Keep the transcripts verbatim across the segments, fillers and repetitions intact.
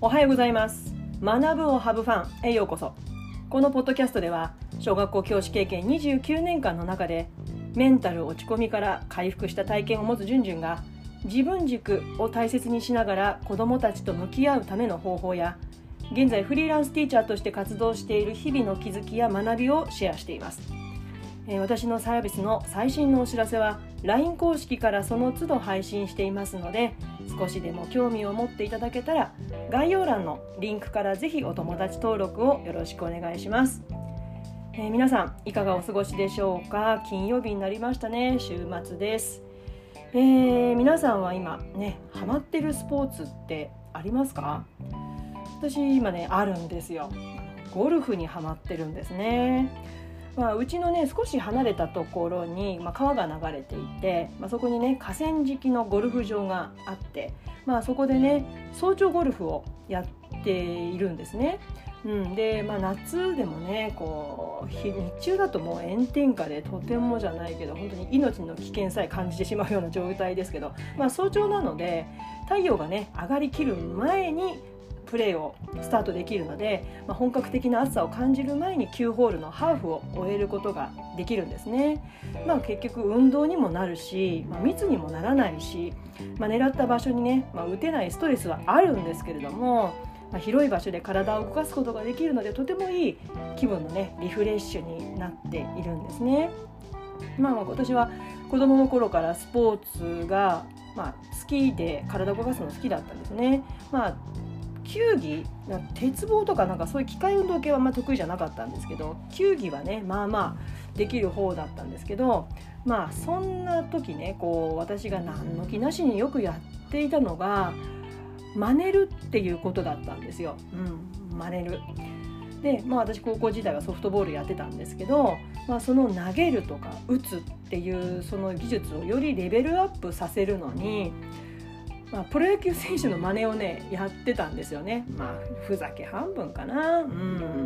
おはようございます。学ぶをハブファンへようこそ。このポッドキャストでは小学校教師経験にじゅうきゅうねんかんの中でメンタル落ち込みから回復した体験を持つじゅんじゅんが自分軸を大切にしながら子どもたちと向き合うための方法や現在フリーランスティーチャーとして活動している日々の気づきや学びをシェアしています。私のサービスの最新のお知らせは ライン 公式からその都度配信していますので、少しでも興味を持っていただけたら概要欄のリンクからぜひお友達登録をよろしくお願いします。えー、皆さんいかがお過ごしでしょうか。金曜日になりましたね。週末です。えー、皆さんは今ねハマってるスポーツってありますか？私今ねあるんですよ。ゴルフにハマってるんですね。まあ、うちのね少し離れたところに、まあ、川が流れていて、まあ、そこにね河川敷のゴルフ場があって、まあ、そこでね早朝ゴルフをやっているんですね。うん、で、まあ、夏でもねこう日中だともう炎天下でとてもじゃないけど本当に命の危険さえ感じてしまうような状態ですけど、まあ、早朝なので太陽がね上がりきる前にプレーをスタートできるので、まあ、本格的な暑さを感じる前にきゅうホールのハーフを終えることができるんですね。まあ、結局運動にもなるし、まあ、密にもならないし、まあ、狙った場所にね、まあ、打てないストレスはあるんですけれども、まあ、広い場所で体を動かすことができるのでとてもいい気分のねリフレッシュになっているんですね。まあ、私は子供の頃からスポーツが、まあ、好きで体を動かすの好きだったんですね。まあ球技、鉄棒とかなんかそういう機械運動系はあんま得意じゃなかったんですけど、球技はねまあまあできる方だったんですけど、まあそんな時ねこう私が何の気なしによくやっていたのが真似るっていうことだったんですよ。うん、真似るで、まあ私高校時代はソフトボールやってたんですけど、まあ、その投げるとか打つっていうその技術をよりレベルアップさせるのにまあ、プロ野球選手の真似をねやってたんですよね。まあふざけ半分かな。うん、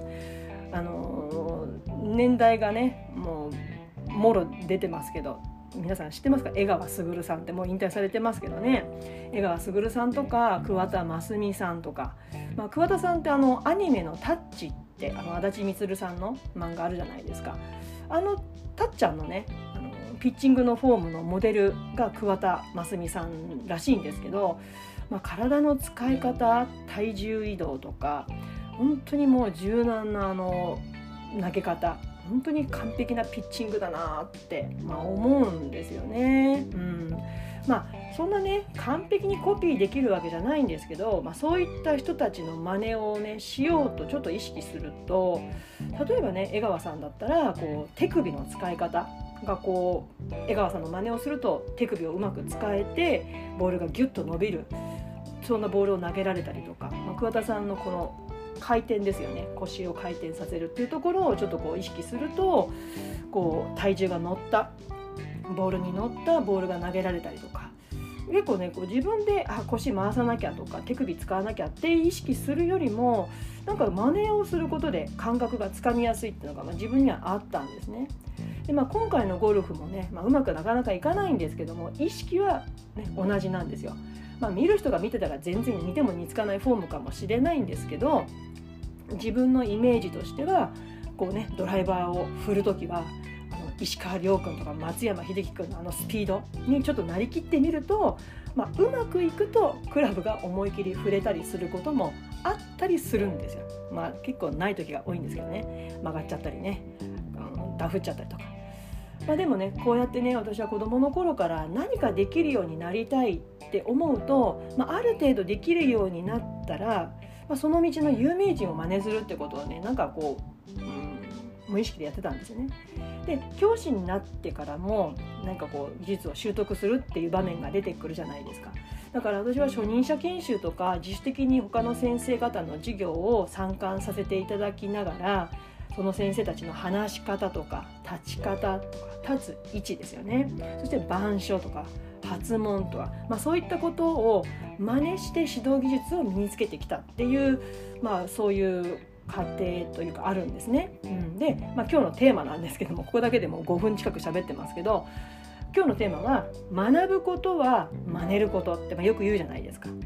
あのー、年代がねもうもろ出てますけど、皆さん知ってますか？江川卓さんってもう引退されてますけどね。江川卓さんとか桑田真澄さんとか、まあ、桑田さんってあのアニメのタッチってあの足立満さんの漫画あるじゃないですか。あのタッちゃんのねあのピッチングのフォームのモデルが桑田真澄さんらしいんですけど、まあ、体の使い方、体重移動とか本当にもう柔軟なあの投げ方、本当に完璧なピッチングだなって、まあ、思うんですよね。うん、まあそんなね完璧にコピーできるわけじゃないんですけど、まあ、そういった人たちの真似をねしようとちょっと意識すると、例えばね江川さんだったらこう手首の使い方がこう江川さんの真似をすると手首をうまく使えてボールがギュッと伸びる、そんなボールを投げられたりとか、まあ、桑田さんのこの回転ですよね、腰を回転させるっていうところをちょっとこう意識するとこう体重が乗ったボールに乗ったボールが投げられたりとか、結構ねこう自分であ腰回さなきゃとか手首使わなきゃって意識するよりもなんか真似をすることで感覚がつかみやすいっていうのが、まあ、自分にはあったんですね。で、まあ、今回のゴルフもね、まあ、うまくなかなかいかないんですけども意識は、ね、同じなんですよ。まあ、見る人が見てたら全然似ても似つかないフォームかもしれないんですけど、自分のイメージとしてはこう、ね、ドライバーを振るときはあの石川遼君とか松山英樹君のあのスピードにちょっとなりきってみると、まあ、うまくいくとクラブが思い切り振れたりすることもあったりするんですよ。まあ、結構ない時が多いんですけどね、曲がっちゃったりね、ダフっちゃったりとか。まあ、でもねこうやってね私は子どもの頃から何かできるようになりたいって思うと、まあ、ある程度できるようになったら、まあ、その道の有名人を真似するってことをねなんかこう、うん、無意識でやってたんですよね。で教師になってからもなんかこう技術を習得するっていう場面が出てくるじゃないですか。だから私は初任者研修とか自主的に他の先生方の授業を参観させていただきながら、その先生たちの話し方とか立ち方とか立つ位置ですよね、そして板書とか発問とか、まあ、そういったことを真似して指導技術を身につけてきたっていう、まあ、そういう過程というかあるんですね。うん、で、まあ、今日のテーマなんですけども、ここだけでもごふん近く喋ってますけど、今日のテーマは学ぶことは真似ることって、まあ、よく言うじゃないですか。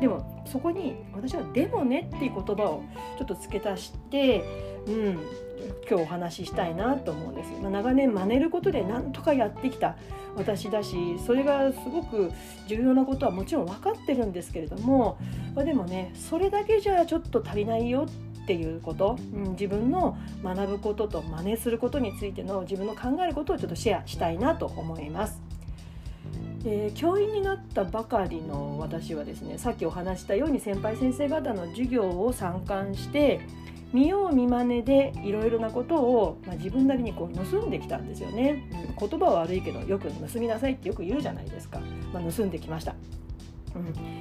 でもそこに私はでもねっていう言葉をちょっと付け足して、うん、今日お話ししたいなと思うんです。まあ、長年真似ることで何とかやってきた私だし、それがすごく重要なことはもちろん分かってるんですけれども、まあ、でもねそれだけじゃちょっと足りないよっていうこと、うん、自分の学ぶことと真似することについての自分の考えることをちょっとシェアしたいなと思います。えー、教員になったばかりの私はですね、さっきお話したように先輩先生方の授業を参観して見よう見まねでいろいろなことを、まあ、自分なりにこう盗んできたんですよね、うん、言葉は悪いけどよく盗みなさいってよく言うじゃないですか、まあ、盗んできました、うん、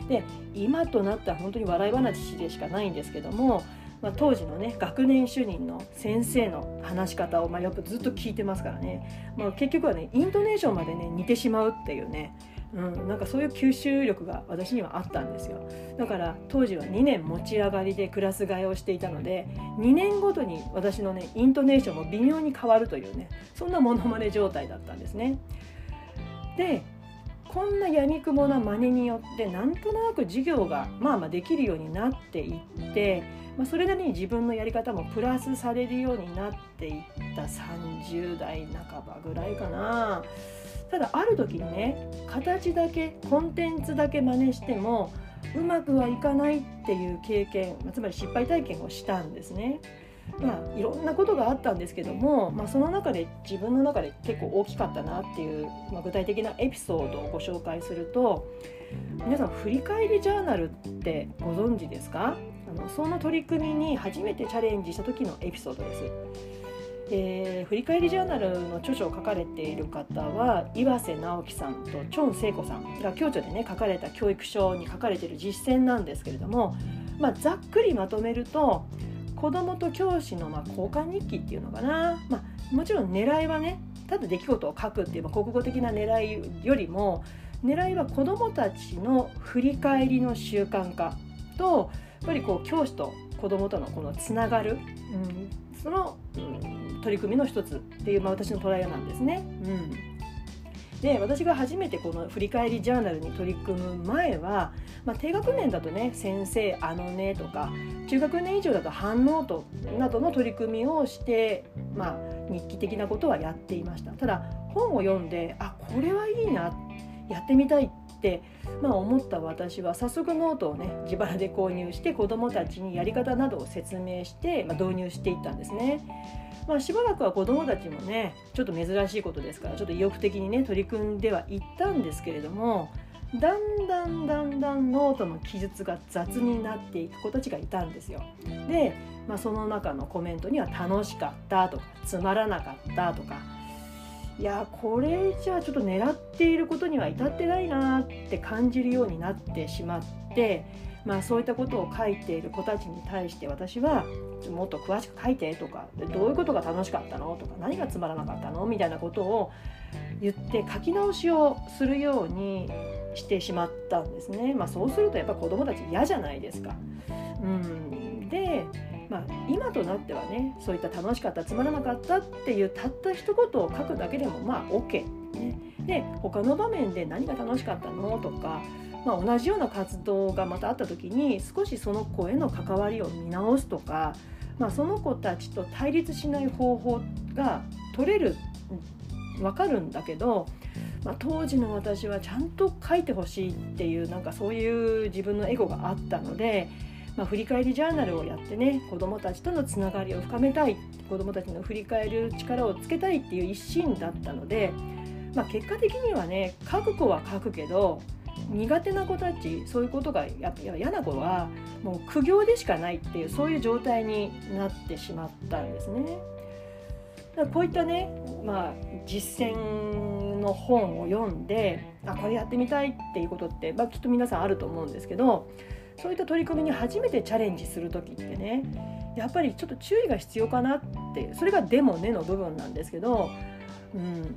で今となったら本当に笑い話でしかないんですけども、まあ、当時のね学年主任の先生の話し方を、まあ、やっぱずっと聞いてますからね、まあ、結局はねイントネーションまでね似てしまうっていうね、うん、なんかそういう吸収力が私にはあったんですよ。だから当時はにねん持ち上がりでクラス替えをしていたので、にねんごとに私のねイントネーションも微妙に変わるというね、そんなモノマネ状態だったんですね。でこんな闇雲な真似によってなんとなく授業がまあまあできるようになっていって、まあ、それなりに自分のやり方もプラスされるようになっていったさんじゅうだいなかばぐらいかな。ただある時にね形だけコンテンツだけ真似してもうまくはいかないっていう経験、つまり失敗体験をしたんですね。まあ、いろんなことがあったんですけども、まあ、その中で自分の中で結構大きかったなっていう、まあ、具体的なエピソードをご紹介すると、皆さん振り返りジャーナルってご存知ですか？あのその取り組みに初めてチャレンジした時のエピソードです。えー、振り返りジャーナルの著書を書かれている方は岩瀬直樹さんとチョン聖子さんが共著でね書かれた教育書に書かれている実践なんですけれども、まあ、ざっくりまとめると子どもと教師のまあ交換日記っていうのかな、まあ、もちろん狙いはねただ出来事を書くっていう国語的な狙いよりも狙いは子どもたちの振り返りの習慣化とやっぱりこう教師と子どもとのこのつながる、うん、その、うん取り組みの一つっていう、まあ、私の捉えなんですね、うん、で私が初めてこの振り返りジャーナルに取り組む前は、まあ、低学年だとね先生あのねとか中学年以上だと反応となどの取り組みをして、まあ、日記的なことはやっていました。ただ本を読んであこれはいいなやってみたいって、まあ、思った私は早速ノートをね自腹で購入して子どもたちにやり方などを説明して、まあ、導入していったんですね。まあ、しばらくは子どもたちもねちょっと珍しいことですからちょっと意欲的にね取り組んではいったんですけれども、だんだんだんだんノートの記述が雑になっていく子たちがいたんですよ。で、まあ、その中のコメントには楽しかったとかつまらなかったとか、いやこれじゃあちょっと狙っていることには至ってないなって感じるようになってしまって、まあ、そういったことを書いている子たちに対して私はもっと詳しく書いてとかどういうことが楽しかったのとか何がつまらなかったのみたいなことを言って書き直しをするようにしてしまったんですね。まあ、そうするとやっぱ子どもたち嫌じゃないですか。うん、で、まあ、今となってはねそういった楽しかったつまらなかったっていうたった一言を書くだけでもまあ OK、ね、で他の場面で何が楽しかったのとか、まあ、同じような活動がまたあった時に少しその子への関わりを見直すとか、まあ、その子たちと対立しない方法が取れる分かるんだけど、まあ、当時の私はちゃんと書いてほしいっていうなんかそういう自分のエゴがあったので、まあ、振り返りジャーナルをやってね子どもたちとのつながりを深めたい、子どもたちの振り返る力をつけたいっていう一心だったので、まあ、結果的にはね書く子は書くけど苦手な子たちそういうことがや嫌な子はもう苦行でしかないっていうそういう状態になってしまったんですね。だからこういったね、まあ、実践の本を読んであこれやってみたいっていうことって、まあ、きっと皆さんあると思うんですけど、そういった取り組みに初めてチャレンジするときってねやっぱりちょっと注意が必要かなっていう、それがでもねの部分なんですけど、うん、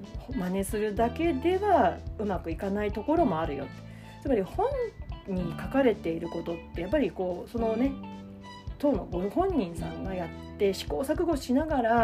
真似するだけではうまくいかないところもあるよ。つまり本に書かれていることってやっぱりこうそのね当のご本人さんがやって試行錯誤しながら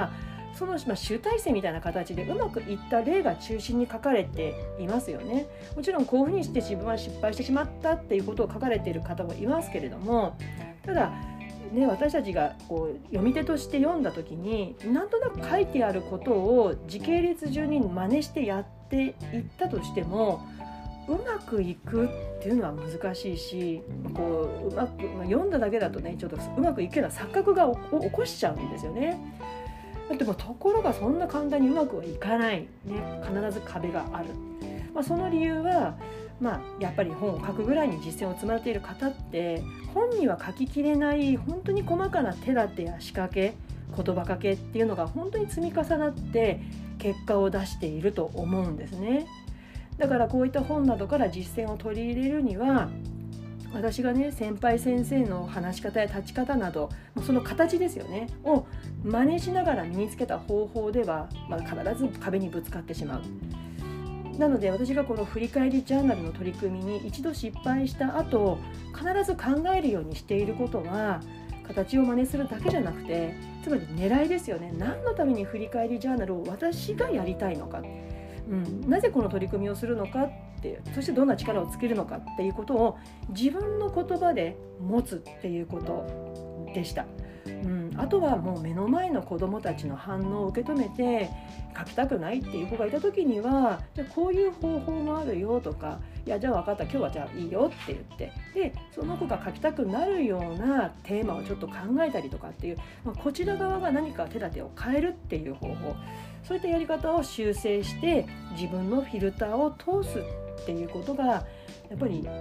その、まあ、集大成みたいな形でうまくいった例が中心に書かれていますよね。もちろんこういうふうにして自分は失敗してしまったっていうことを書かれている方もいますけれども、ただね、私たちがこう読み手として読んだ時になんとなく書いてあることを時系列順に真似してやっていったとしてもうまくいくっていうのは難しいし、こううまく読んだだけだとねちょっとうまくいくような錯覚が起こしちゃうんですよね。でもところがそんな簡単にうまくはいかない、ね、必ず壁がある。まあ、その理由は、まあ、やっぱり本を書くぐらいに実践を積まれている方って本には書ききれない本当に細かな手立てや仕掛け、言葉かけっていうのが本当に積み重なって結果を出していると思うんですね。だからこういった本などから実践を取り入れるには、私がね先輩先生の話し方や立ち方などその形ですよねを真似しながら身につけた方法では、まあ、必ず壁にぶつかってしまう。なので私がこの振り返りジャーナルの取り組みに一度失敗した後必ず考えるようにしていることは、形を真似するだけじゃなくて、つまり狙いですよね。何のために振り返りジャーナルを私がやりたいのか、うん、なぜこの取り組みをするのかって、そしてどんな力をつけるのかっていうことを自分の言葉で持つっていうことでした。うん、あとはもう目の前の子どもたちの反応を受け止めて、書きたくないっていう子がいた時には、じゃあこういう方法もあるよとか、いやじゃあ分かった、今日はじゃあいいよって言って、でその子が書きたくなるようなテーマをちょっと考えたりとかっていう、まあ、こちら側が何か手立てを変えるっていう方法、そういったやり方を修正して自分のフィルターを通すっていうことがやっぱり、うん、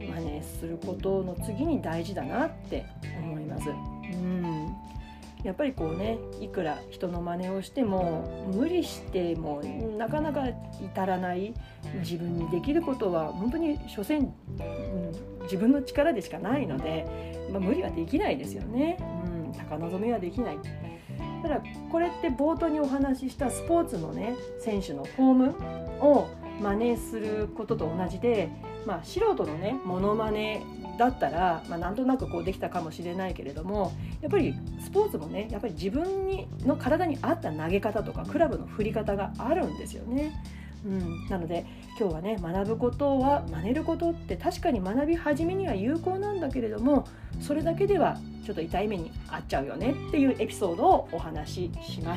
真似することの次に大事だなって思います。うん、やっぱりこうね、いくら人の真似をしても無理してもなかなか至らない、自分にできることは本当に所詮、うん、自分の力でしかないので、まあ、無理はできないですよね。うん、高望みはできない。ただこれって冒頭にお話ししたスポーツのね選手のフォームを真似することと同じで、まあ、素人のねモノマネだったら、まあ、なんとなくこうできたかもしれないけれども、やっぱりスポーツもねやっぱり自分にの体に合った投げ方とかクラブの振り方があるんですよね。うん、なので今日はね、学ぶことは真似ることって確かに学び始めには有効なんだけれども、それだけではちょっと痛い目に遭っちゃうよねっていうエピソードをお話ししました。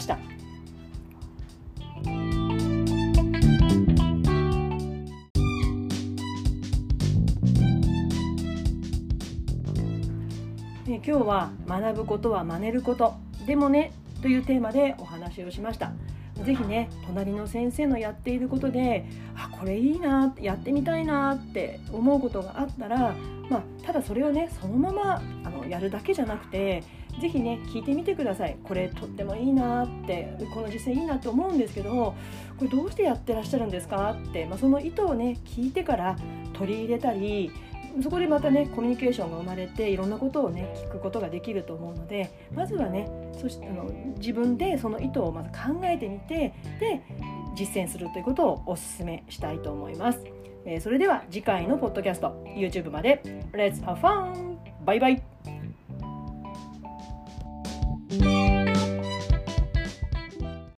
今日は学ぶことは真似ることでもねというテーマでお話をしました。ぜひね、隣の先生のやっていることで、あ、これいいな、やってみたいなって思うことがあったら、まあ、ただそれをねそのままあのやるだけじゃなくて、ぜひね聞いてみてください。これとってもいいなって、この実践いいなと思うんですけど、これどうしてやってらっしゃるんですかって、まあ、その意図をね聞いてから取り入れたり、そこでまたねコミュニケーションが生まれて、いろんなことをね聞くことができると思うので、まずはねそしてあの自分でその意図をまず考えてみて、で実践するということをお勧めしたいと思います。えー、それでは次回のポッドキャスト YouTube まで Let's have fun! バイバイ。